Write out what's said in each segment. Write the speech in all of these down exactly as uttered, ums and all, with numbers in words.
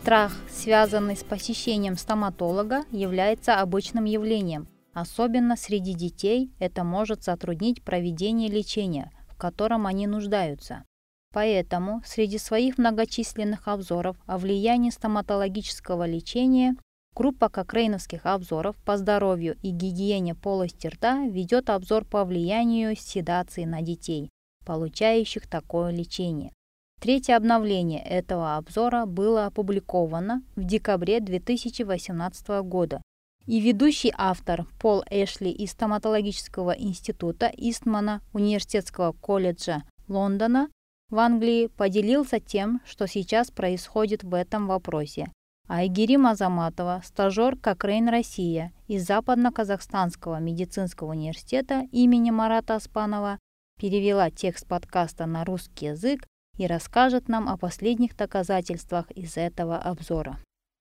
Страх, связанный с посещением стоматолога, является обычным явлением. Особенно среди детей это может затруднить проведение лечения, в котором они нуждаются. Поэтому среди своих многочисленных обзоров о влиянии стоматологического лечения группа кокрейновских обзоров по здоровью и гигиене полости рта ведет обзор по влиянию седации на детей, получающих такое лечение. Третье обновление этого обзора было опубликовано в декабре две тысячи восемнадцатого года, и ведущий автор Пол Эшли из стоматологического института Истмана Университетского колледжа Лондона в Англии поделился тем, что сейчас происходит в этом вопросе. А Айгерим Азаматова, стажер Cochrane Россия из Западно-Казахстанского медицинского университета имени Марата Оспанова, перевела текст подкаста на русский язык и расскажет нам о последних доказательствах из этого обзора.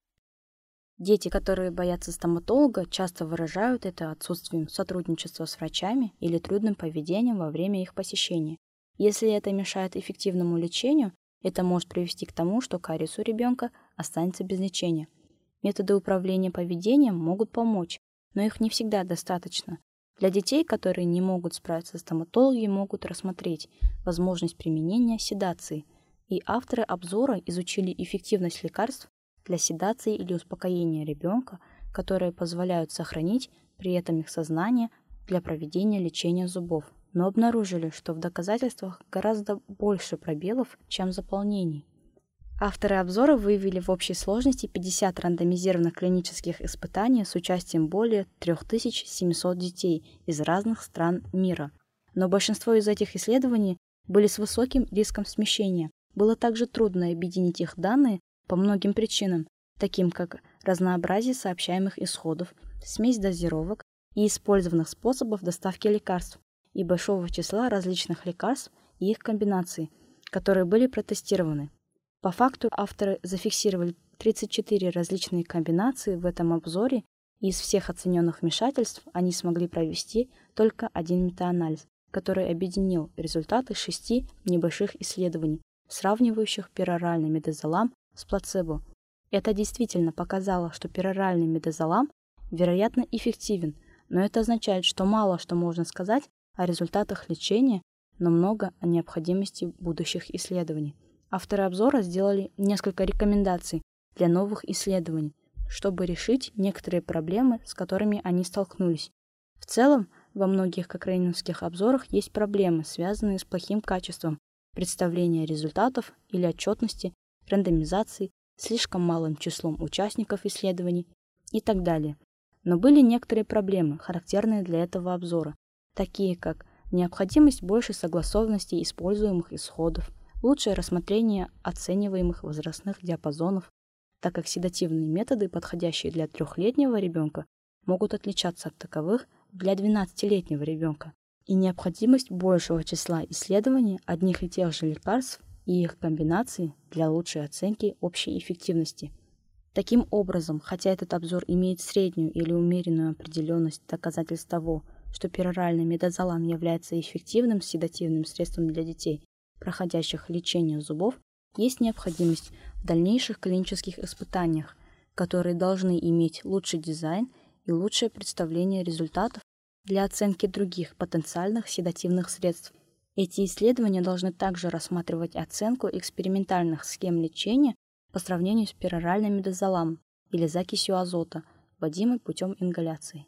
Дети, которые боятся стоматолога, часто выражают это отсутствием сотрудничества с врачами или трудным поведением во время их посещения. Если это мешает эффективному лечению, это может привести к тому, что кариес у ребенка останется без лечения. Методы управления поведением могут помочь, но их не всегда достаточно. Для детей, которые не могут справиться, стоматологи могут рассмотреть возможность применения седации, и авторы обзора изучили эффективность лекарств для седации или успокоения ребенка, которые позволяют сохранить при этом их сознание для проведения лечения зубов, но обнаружили, что в доказательствах гораздо больше пробелов, чем заполнений. Авторы обзора выявили в общей сложности пятьдесят рандомизированных клинических испытаний с участием более три тысячи семьсот детей из разных стран мира. Но большинство из этих исследований были с высоким риском смещения. Было также трудно объединить их данные по многим причинам, таким как разнообразие сообщаемых исходов, смесь дозировок и использованных способов доставки лекарств и большого числа различных лекарств и их комбинаций, которые были протестированы. По факту авторы зафиксировали тридцать четыре различные комбинации в этом обзоре, и из всех оцененных вмешательств они смогли провести только один метаанализ, который объединил результаты шести небольших исследований, сравнивающих пероральный мидазолам с плацебо. Это действительно показало, что пероральный мидазолам, вероятно, эффективен, но это означает, что мало что можно сказать о результатах лечения, но много о необходимости будущих исследований. Авторы обзора сделали несколько рекомендаций для новых исследований, чтобы решить некоторые проблемы, с которыми они столкнулись. В целом, во многих кокрейновских обзорах есть проблемы, связанные с плохим качеством представления результатов или отчетности, рандомизацией, слишком малым числом участников исследований и так далее. Но были некоторые проблемы, характерные для этого обзора, такие как необходимость большей согласованности используемых исходов, лучшее рассмотрение оцениваемых возрастных диапазонов, так как седативные методы, подходящие для трехлетнего ребенка, могут отличаться от таковых для двенадцатилетнего ребенка, и необходимость большего числа исследований одних и тех же лекарств и их комбинаций для лучшей оценки общей эффективности. Таким образом, хотя этот обзор имеет среднюю или умеренную определенность доказательств того, что пероральный мидазолам является эффективным седативным средством для детей, проходящих лечение зубов, есть необходимость в дальнейших клинических испытаниях, которые должны иметь лучший дизайн и лучшее представление результатов для оценки других потенциальных седативных средств. Эти исследования должны также рассматривать оценку экспериментальных схем лечения по сравнению с пероральным мидазоламом или закисью азота, вводимой путем ингаляции.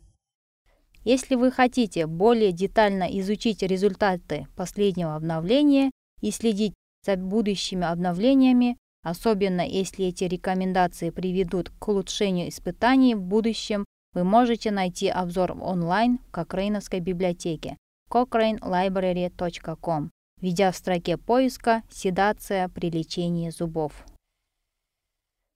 Если вы хотите более детально изучить результаты последнего обновления и следить за будущими обновлениями, особенно если эти рекомендации приведут к улучшению испытаний в будущем, вы можете найти обзор онлайн в кокрейновской библиотеке cochrane library точка com, введя в строке поиска «Седация при лечении зубов».